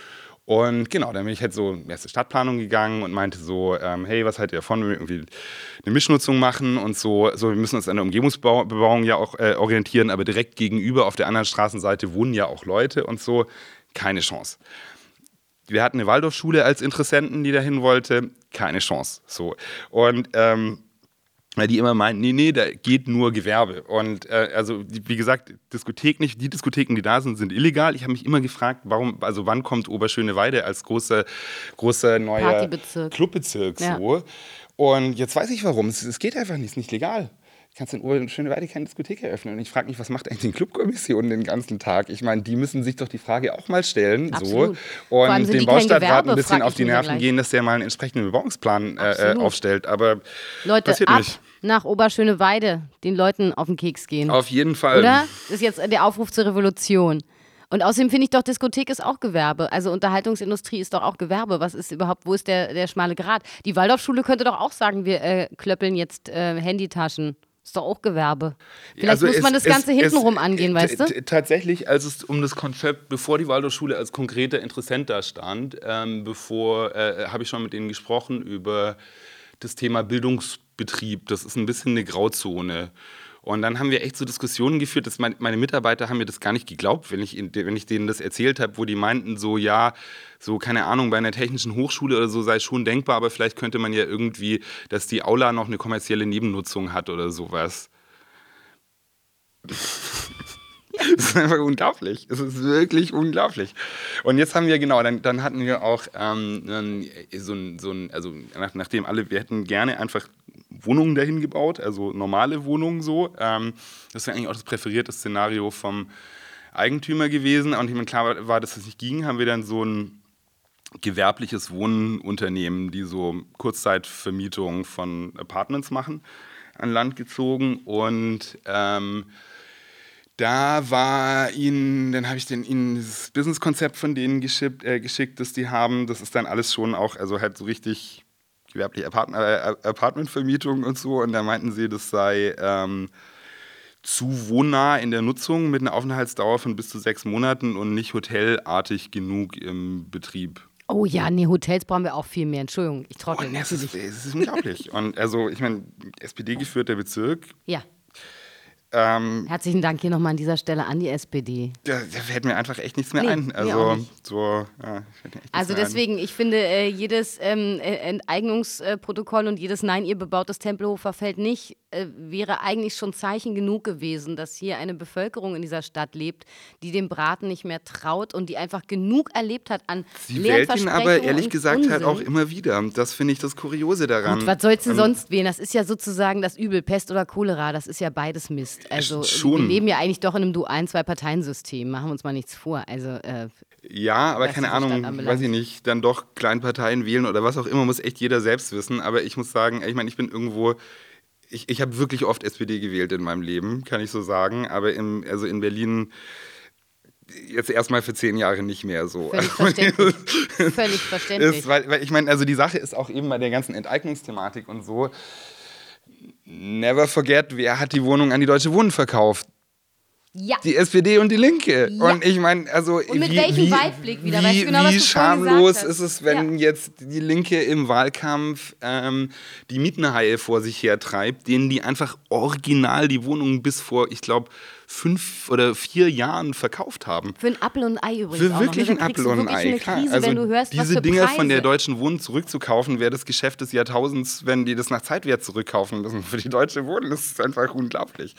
Und genau, dann bin ich halt so in die erste Stadtplanung gegangen und meinte so, ähm, hey, was haltet ihr davon, wenn wir irgendwie eine Mischnutzung machen und so, so wir müssen uns an der Umgebungsbebauung ja auch äh, orientieren, aber direkt gegenüber auf der anderen Straßenseite wohnen ja auch Leute und so, keine Chance. Wir hatten eine Waldorfschule als Interessenten, die dahin wollte, keine Chance. So. Und ähm, weil die immer meinten, nee, nee, da geht nur Gewerbe. Und äh, also, wie gesagt, Diskothek nicht, die Diskotheken, die da sind, sind illegal. Ich habe mich immer gefragt, warum, also wann kommt Oberschöneweide als großer, großer neuer Clubbezirk ja. so. Und jetzt weiß ich warum. Es, es geht einfach nicht, es ist nicht legal. Du kannst in Oberschöneweide keine Diskothek eröffnen. Und ich frage mich, was macht eigentlich die Clubkommission den ganzen Tag? Ich meine, die müssen sich doch die Frage auch mal stellen. So. Und dem Baustadtrat ein bisschen auf die Nerven gehen, dass der mal einen entsprechenden Bebauungsplan äh, aufstellt. Aber Leute, passiert ab nicht. Nach Oberschöneweide den Leuten auf den Keks gehen. Auf jeden Fall. Oder? Das ist jetzt der Aufruf zur Revolution. Und außerdem finde ich doch, Diskothek ist auch Gewerbe. Also Unterhaltungsindustrie ist doch auch Gewerbe. Was ist überhaupt, wo ist der, der schmale Grat? Die Waldorfschule könnte doch auch sagen, wir äh, klöppeln jetzt äh, Handytaschen. Ist doch auch Gewerbe. Vielleicht also muss man es, das Ganze es, hintenrum es, angehen, weißt du? Tatsächlich, als es um das Konzept, bevor die Waldorfschule als konkreter Interessent da stand, ähm, bevor, äh, habe ich schon mit denen gesprochen über das Thema Bildungsbetrieb. Das ist ein bisschen eine Grauzone. Und dann haben wir echt so Diskussionen geführt, dass mein, meine Mitarbeiter haben mir das gar nicht geglaubt, wenn ich, wenn ich denen das erzählt habe, wo die meinten so, ja, so keine Ahnung, bei einer technischen Hochschule oder so sei es schon denkbar, aber vielleicht könnte man ja irgendwie, dass die Aula noch eine kommerzielle Nebennutzung hat oder sowas. Das ist einfach unglaublich. Es ist wirklich unglaublich. Und jetzt haben wir, genau, dann, dann hatten wir auch ähm, so ein, so ein, also nach, nachdem alle, wir hätten gerne einfach Wohnungen dahin gebaut, also normale Wohnungen so. Ähm, das wäre eigentlich auch das präferierte Szenario vom Eigentümer gewesen. Und wenn klar war, dass das nicht ging, haben wir dann so ein gewerbliches Wohnunternehmen, die so Kurzzeitvermietung von Apartments machen, an Land gezogen. Und ähm, da war ihnen, dann habe ich den, ihnen das Businesskonzept von denen geschickt, äh, geschickt, das die haben. Das ist dann alles schon auch, also halt so richtig gewerbliche Apart- äh, Apartmentvermietung und so. Und da meinten sie, das sei ähm, zu wohnnah in der Nutzung mit einer Aufenthaltsdauer von bis zu sechs Monaten und nicht hotelartig genug im Betrieb. Oh ja, nee, Hotels brauchen wir auch viel mehr. Entschuldigung, ich trottel. Oh, nee, es, ist, es ist unglaublich. Und also, ich meine, S P D-geführter Bezirk. Ja. Ähm, Herzlichen Dank hier nochmal an dieser Stelle an die S P D. Da, da fällt mir einfach echt nichts mehr nee, ein. Also, so, ja, fällt mir echt also deswegen, ein. ich finde, äh, jedes ähm, Enteignungsprotokoll und jedes Nein, ihr bebautes Tempelhofer Feld nicht, äh, wäre eigentlich schon Zeichen genug gewesen, dass hier eine Bevölkerung in dieser Stadt lebt, die dem Braten nicht mehr traut und die einfach genug erlebt hat an Sie wählt ihn aber ehrlich gesagt Unsinn. halt auch immer wieder. Das finde ich das Kuriose daran. Gut, was sollst du ähm, sonst wählen? Das ist ja sozusagen das Übel, Pest oder Cholera, das ist ja beides Mist. Also schon. Wir leben ja eigentlich doch in einem dualen Zwei-Parteien-System, machen wir uns mal nichts vor. Also, äh, ja, aber keine Ahnung, weiß ich nicht, dann doch Kleinparteien wählen oder was auch immer, muss echt jeder selbst wissen. Aber ich muss sagen, ich meine, ich bin irgendwo, ich, ich habe wirklich oft S P D gewählt in meinem Leben, kann ich so sagen. Aber im, also in Berlin jetzt erstmal für zehn Jahre nicht mehr so. Völlig verständlich. Völlig verständlich. Ist, weil, weil ich meine, also die Sache ist auch eben bei der ganzen Enteignungsthematik und so, never forget, wer hat die Wohnung an die Deutsche Wohnen verkauft? Ja. Die S P D und die Linke. Ja. Und ich meine, also Und mit wie, welchem wie, Weitblick wieder? Wie, Weißt du genau, was wie du vorhin schamlos gesagt hast? ist es, wenn Ja. jetzt die Linke im Wahlkampf ähm, die Mietenhaie vor sich hertreibt, denen die einfach original die Wohnungen bis vor, ich glaube, fünf oder vier Jahren verkauft haben. Für ein Apfel und ein Ei übrigens Für auch wirklich noch. ein Da kriegst Apfel du und ein wirklich Ei, eine klar. Krise, Also wenn du hörst, diese was für Dinger Preise. von der Deutschen Wohnen zurückzukaufen, wäre das Geschäft des Jahrtausends, wenn die das nach Zeitwert zurückkaufen müssen. Für die Deutsche Wohnen ist es einfach unglaublich.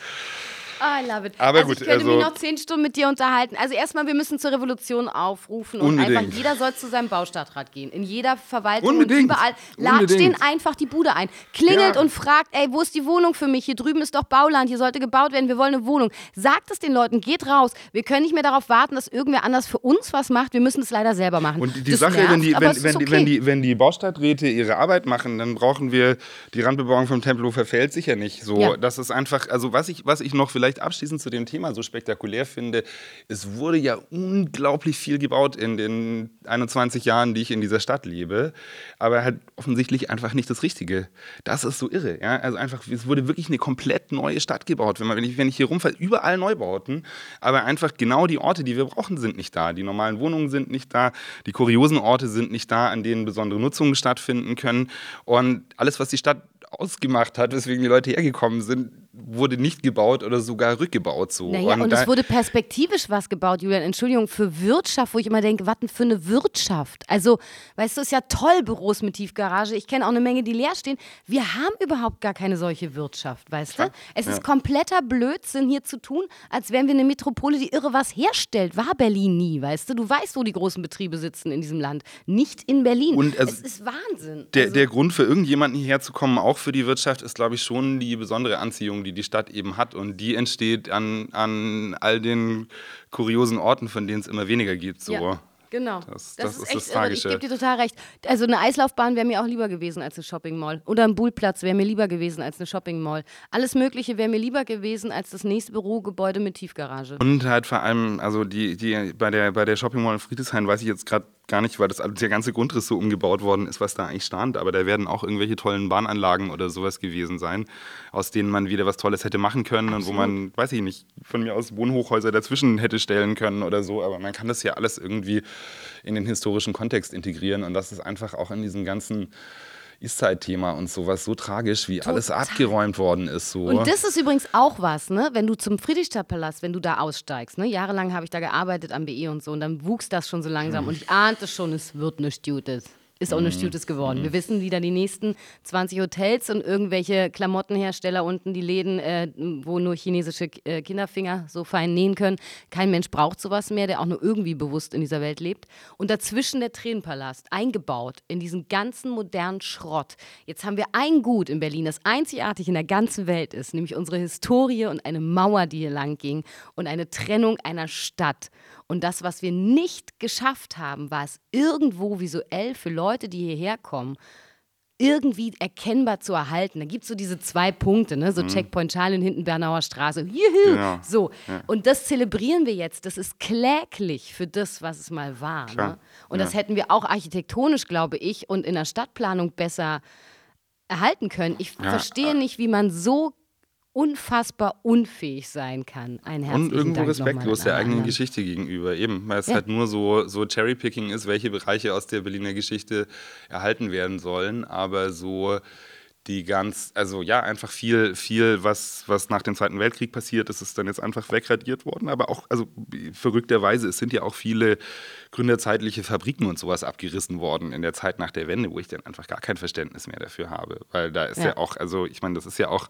I love it. Aber also gut, ich könnte also- mich noch zehn Stunden mit dir unterhalten. Also erstmal, wir müssen zur Revolution aufrufen und Unbedingt. einfach, jeder soll zu seinem Baustadtrat gehen. In jeder Verwaltung Unbedingt. und überall. Latscht Unbedingt. den einfach die Bude ein. Klingelt Ja. und fragt, ey, wo ist die Wohnung für mich? Hier drüben ist doch Bauland, hier sollte gebaut werden, wir wollen eine Wohnung. Sagt es den Leuten, geht raus. Wir können nicht mehr darauf warten, dass irgendwer anders für uns was macht. Wir müssen es leider selber machen. Und die, die Das Sache, nervt, wenn die, aber wenn, es ist wenn, die, okay. wenn, die, wenn die Baustadträte ihre Arbeit machen, dann brauchen wir die Randbebauung vom Tempelhofer Feld sicher nicht. So, Ja. das ist einfach, also was ich, was ich noch vielleicht abschließend zu dem Thema so spektakulär finde, es wurde ja unglaublich viel gebaut in den einundzwanzig Jahren, die ich in dieser Stadt lebe, aber halt offensichtlich einfach nicht das Richtige. Das ist so irre. Ja? Also einfach, es wurde wirklich eine komplett neue Stadt gebaut. Wenn, man, wenn, ich, wenn ich hier rumfahre, überall Neubauten, aber einfach genau die Orte, die wir brauchen, sind nicht da. Die normalen Wohnungen sind nicht da, die kuriosen Orte sind nicht da, an denen besondere Nutzungen stattfinden können. Und alles, was die Stadt ausgemacht hat, weswegen die Leute hergekommen sind, wurde nicht gebaut oder sogar rückgebaut. So. Naja, und, und es da, wurde perspektivisch was gebaut, Julian. Entschuldigung, für Wirtschaft, wo ich immer denke, was denn für eine Wirtschaft? Also, weißt du, es ist ja toll, Büros mit Tiefgarage. Ich kenne auch eine Menge, die leer stehen. Wir haben überhaupt gar keine solche Wirtschaft, weißt du? Es ist kompletter Blödsinn, hier zu tun, als wären wir eine Metropole, die irre was herstellt. War Berlin nie, weißt du? Du weißt, wo die großen Betriebe sitzen in diesem Land. Nicht in Berlin. Und also es ist Wahnsinn. Der, also, der Grund für irgendjemanden hierher zu kommen, auch für die Wirtschaft, ist, glaube ich, schon die besondere Anziehung, die die Stadt eben hat. Und die entsteht an, an all den kuriosen Orten, von denen es immer weniger gibt. So. Ja. Genau. Das- Das, das ist ist echt das irre. Ich Tragische. gebe dir total recht. Also eine Eislaufbahn wäre mir auch lieber gewesen als eine Shopping-Mall. Oder ein Bullplatz wäre mir lieber gewesen als eine Shopping-Mall. Alles Mögliche wäre mir lieber gewesen als das nächste Bürogebäude mit Tiefgarage. Und halt vor allem, also die, die, bei der, bei der Shopping Mall in Friedrichshain weiß ich jetzt gerade gar nicht, weil das, der ganze Grundriss so umgebaut worden ist, was da eigentlich stand. Aber da werden auch irgendwelche tollen Bahnanlagen oder sowas gewesen sein, aus denen man wieder was Tolles hätte machen können. Absolut. Und wo man, weiß ich nicht, von mir aus Wohnhochhäuser dazwischen hätte stellen können oder so. Aber man kann das ja alles irgendwie in den historischen Kontext integrieren. Und das ist einfach auch in diesem ganzen Eastside-Thema und sowas so tragisch, wie Total. alles abgeräumt worden ist. So. Und das ist übrigens auch was, ne? Wenn du zum Friedrichstadtpalast, wenn du da aussteigst, ne? Jahrelang habe ich da gearbeitet am B E und so und dann wuchs das schon so langsam und ich ahnte schon, es wird nichts Gutes. Ist auch nichts Gutes geworden. Wir wissen wieder die nächsten zwanzig Hotels und irgendwelche Klamottenhersteller unten, die Läden, äh, wo nur chinesische äh, Kinderfinger so fein nähen können. Kein Mensch braucht sowas mehr, der auch nur irgendwie bewusst in dieser Welt lebt. Und dazwischen der Tränenpalast, eingebaut in diesen ganzen modernen Schrott. Jetzt haben wir ein Gut in Berlin, das einzigartig in der ganzen Welt ist, nämlich unsere Historie und eine Mauer, die hier lang ging und eine Trennung einer Stadt. Und das, was wir nicht geschafft haben, war es irgendwo visuell für Leute, die hierher kommen, irgendwie erkennbar zu erhalten. Da gibt es so diese zwei Punkte, ne? So Checkpoint Charlie und hinten Bernauer Straße. Juhu! Genau. So. Ja. Und das zelebrieren wir jetzt. Das ist kläglich für das, was es mal war. Klar. Ne? Und Ja. das hätten wir auch architektonisch, glaube ich, und in der Stadtplanung besser erhalten können. Ich Ja. verstehe nicht, wie man so unfassbar unfähig sein kann. Ein herzlichen Und irgendwo Dank respektlos nochmal der an alle eigenen anderen. Geschichte gegenüber, eben, weil es Ja. halt nur so, so Cherrypicking ist, welche Bereiche aus der Berliner Geschichte erhalten werden sollen, aber so die ganz, also ja, einfach viel, viel, was, was nach dem Zweiten Weltkrieg passiert ist, ist dann jetzt einfach wegradiert worden, aber auch, also verrückterweise, es sind ja auch viele gründerzeitliche Fabriken und sowas abgerissen worden in der Zeit nach der Wende, wo ich dann einfach gar kein Verständnis mehr dafür habe, weil da ist ja, Ja. auch, also ich meine, das ist ja auch,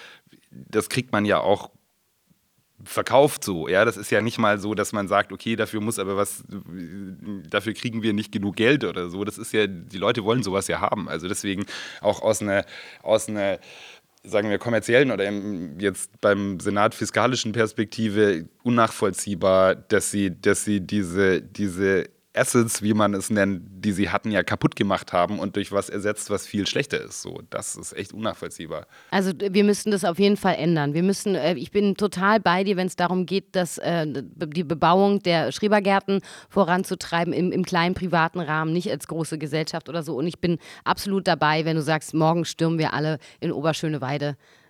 das kriegt man ja auch verkauft so, ja, das ist ja nicht mal so, dass man sagt, okay, dafür muss aber was, dafür kriegen wir nicht genug Geld oder so, das ist ja, die Leute wollen sowas ja haben, also deswegen auch aus einer, aus einer, sagen wir, kommerziellen oder im, jetzt beim Senat fiskalischen Perspektive unnachvollziehbar, dass sie, dass sie diese, diese Assets, wie man es nennt, die sie hatten, ja kaputt gemacht haben und durch was ersetzt, was viel schlechter ist. So, das ist echt unnachvollziehbar. Also wir müssen das auf jeden Fall ändern. Wir müssen, äh, ich bin total bei dir, wenn es darum geht, dass äh, die Bebauung der Schrebergärten voranzutreiben im, im kleinen privaten Rahmen, nicht als große Gesellschaft oder so. Und ich bin absolut dabei, wenn du sagst, morgen stürmen wir alle in Oberschöneweide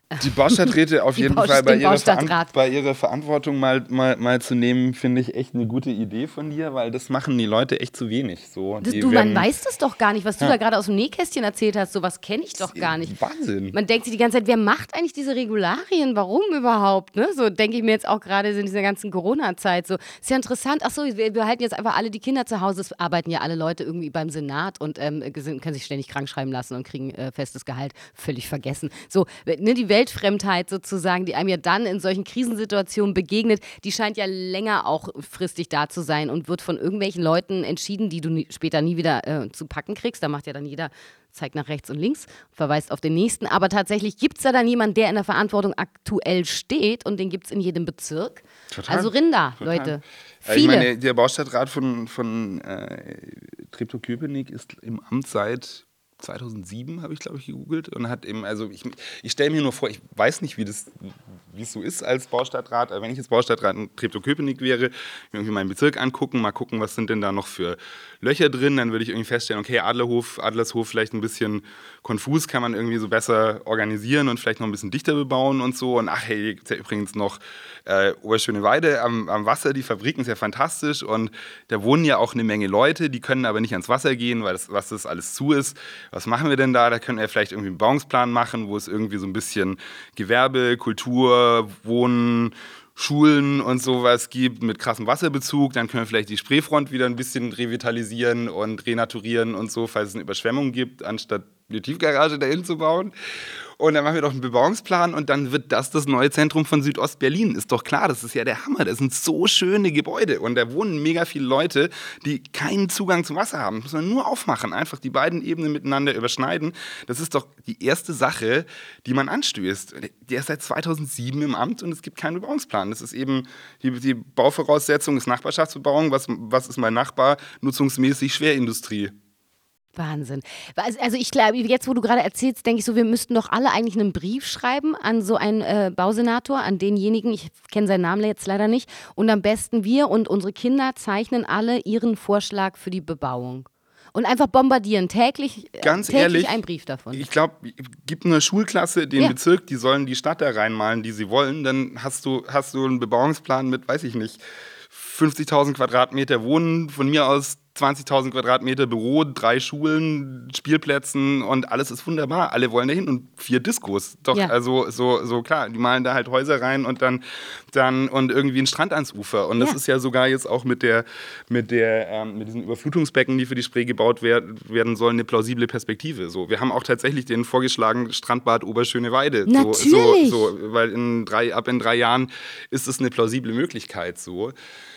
Die Baustadträte auf Die jeden Baust- Fall bei den ihrer, Baustadtrat. Veran- bei ihrer Verantwortung mal, mal, mal zu nehmen, finde ich echt eine gute Idee von dir, weil das machen die Leute echt zu wenig. So, Das, die du, werden, man weiß das doch gar nicht, was du Ja. da gerade aus dem Nähkästchen erzählt hast. Sowas kenne ich doch gar nicht. Wahnsinn. Man denkt sich die ganze Zeit, wer macht eigentlich diese Regularien? Warum überhaupt? Ne? So denke ich mir jetzt auch gerade in dieser ganzen Corona-Zeit. So, ist ja interessant. Ach so, wir, wir halten jetzt einfach alle die Kinder zu Hause. Es arbeiten ja alle Leute irgendwie beim Senat und ähm, sind- können sich ständig krank schreiben lassen und kriegen äh, festes Gehalt. Völlig vergessen. So, ne, die Weltfremdheit sozusagen, die einem ja dann in solchen Krisensituationen begegnet, die scheint ja länger auch fristig da zu sein und wird von irgendwelchen Leuten entschieden, die du nie, später nie wieder äh, zu packen kriegst. Da macht ja dann jeder, zeigt nach rechts und links, verweist auf den nächsten. Aber tatsächlich gibt es da dann jemanden, der in der Verantwortung aktuell steht und den gibt es in jedem Bezirk. Total. Also Rinder, Total. Leute. Ja, ich Viele. meine, der Baustadtrat von, von äh, Treptow-Köpenick ist im Amt seit zweitausendsieben, habe ich, glaube ich, gegoogelt. Und hat eben, also ich, ich stelle mir nur vor, ich weiß nicht, wie das wie es so ist als Baustadtrat. Aber wenn ich jetzt Baustadtrat in Treptow-Köpenick wäre, mir irgendwie meinen Bezirk angucken, mal gucken, was sind denn da noch für Löcher drin, dann würde ich irgendwie feststellen, okay, Adlerhof, Adlershof vielleicht ein bisschen konfus, kann man irgendwie so besser organisieren und vielleicht noch ein bisschen dichter bebauen und so. Und ach hey, gibt ja übrigens noch äh, Oberschöneweide am, am Wasser, die Fabriken ist ja fantastisch und da wohnen ja auch eine Menge Leute, die können aber nicht ans Wasser gehen, weil das, was das alles zu ist. Was machen wir denn da? Da können wir vielleicht irgendwie einen Bebauungsplan machen, wo es irgendwie so ein bisschen Gewerbe, Kultur, Wohnen, Schulen und sowas gibt mit krassem Wasserbezug. Dann können wir vielleicht die Spreefront wieder ein bisschen revitalisieren und renaturieren und so, falls es eine Überschwemmung gibt, anstatt eine Tiefgarage dahin zu bauen. Und dann machen wir doch einen Bebauungsplan und dann wird das das neue Zentrum von Südostberlin. Ist doch klar, das ist ja der Hammer. Das sind so schöne Gebäude und da wohnen mega viele Leute, die keinen Zugang zum Wasser haben. Das muss man nur aufmachen, einfach die beiden Ebenen miteinander überschneiden. Das ist doch die erste Sache, die man anstößt. Der ist seit zweitausendsieben im Amt und es gibt keinen Bebauungsplan. Das ist eben die, die Bauvoraussetzung, ist Nachbarschaftsbebauung. Was, was ist mein Nachbar? Nutzungsmäßig Schwerindustrie. Wahnsinn. Also ich glaube, jetzt wo du gerade erzählst, denke ich so, wir müssten doch alle eigentlich einen Brief schreiben an so einen äh, Bausenator, an denjenigen, ich kenne seinen Namen jetzt leider nicht, und am besten wir und unsere Kinder zeichnen alle ihren Vorschlag für die Bebauung. Und einfach bombardieren, täglich, Ganz täglich ehrlich, einen Brief davon. Ich glaube, gibt eine Schulklasse den Ja. Bezirk, die sollen die Stadt da reinmalen, die sie wollen, dann hast du, hast du einen Bebauungsplan mit, weiß ich nicht, fünfzigtausend Quadratmeter Wohnen, von mir aus zwanzigtausend Quadratmeter Büro, drei Schulen, Spielplätzen und alles ist wunderbar. Alle wollen da hin und vier Diskos. Doch, Ja. also so, so klar, die malen da halt Häuser rein und dann, dann und irgendwie einen Strand ans Ufer. Und das Ja. ist ja sogar jetzt auch mit der, mit der, ähm, mit diesen Überflutungsbecken, die für die Spree gebaut werden, werden sollen, eine plausible Perspektive. So, wir haben auch tatsächlich den vorgeschlagen Strandbad Oberschöneweide. So, Natürlich. So, so, weil in drei, ab in drei Jahren ist es eine plausible Möglichkeit so.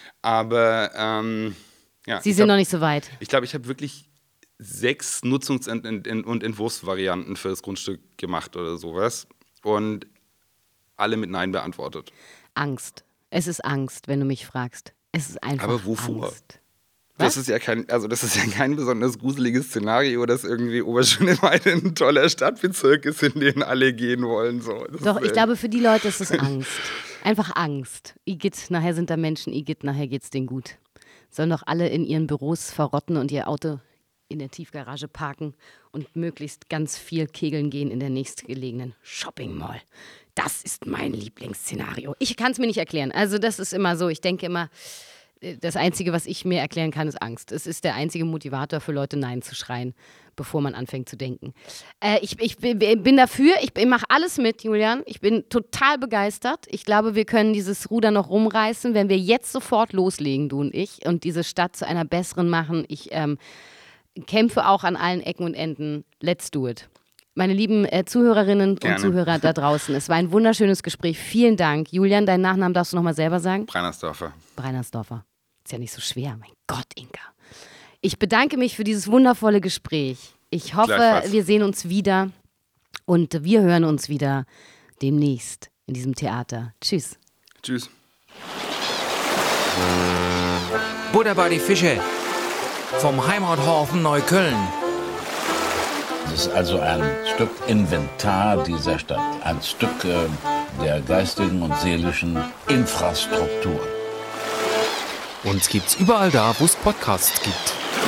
Aber ähm, ja, Sie ich sind glaub, noch nicht so weit. Ich glaube, ich habe wirklich sechs Nutzungs- und, und, und Entwurfsvarianten für das Grundstück gemacht oder sowas. Und alle mit Nein beantwortet. Angst. Es ist Angst, wenn du mich fragst. Es ist einfach Aber wovor? Angst. Das ist ja kein, also das ist ja kein besonders gruseliges Szenario, dass irgendwie Oberschöneweide ein toller Stadtbezirk ist, in den alle gehen wollen. So. Das Doch, ist, ich äh, glaube, für die Leute ist es Angst. Einfach Angst. Igitt, nachher sind da Menschen, Igitt, nachher geht's denen gut. Sollen doch alle in ihren Büros verrotten und ihr Auto in der Tiefgarage parken und möglichst ganz viel kegeln gehen in der nächstgelegenen Shopping Mall. Das ist mein Lieblingsszenario. Ich kann es mir nicht erklären. Also das ist immer so. Ich denke immer, das Einzige, was ich mir erklären kann, ist Angst. Es ist der einzige Motivator für Leute, Nein zu schreien, bevor man anfängt zu denken. Äh, ich, ich bin dafür, ich mache alles mit, Julian. Ich bin total begeistert. Ich glaube, wir können dieses Ruder noch rumreißen, wenn wir jetzt sofort loslegen, du und ich, und diese Stadt zu einer besseren machen. Ich ähm, kämpfe auch an allen Ecken und Enden. Let's do it. Meine lieben äh, Zuhörerinnen Gerne. und Zuhörer da draußen, es war ein wunderschönes Gespräch. Vielen Dank. Julian, deinen Nachnamen darfst du nochmal selber sagen? Breinersdorfer. Breinersdorfer. Ist ja nicht so schwer. Mein Gott, Inka. Ich bedanke mich für dieses wundervolle Gespräch. Ich hoffe, Gleichfalls. wir sehen uns wieder und wir hören uns wieder demnächst in diesem Theater. Tschüss. Tschüss. Buddha bei die Fische vom Heimathafen Neukölln. Es ist also ein Stück Inventar dieser Stadt, ein Stück äh, der geistigen und seelischen Infrastruktur. Uns gibt's überall da, wo es Podcasts gibt.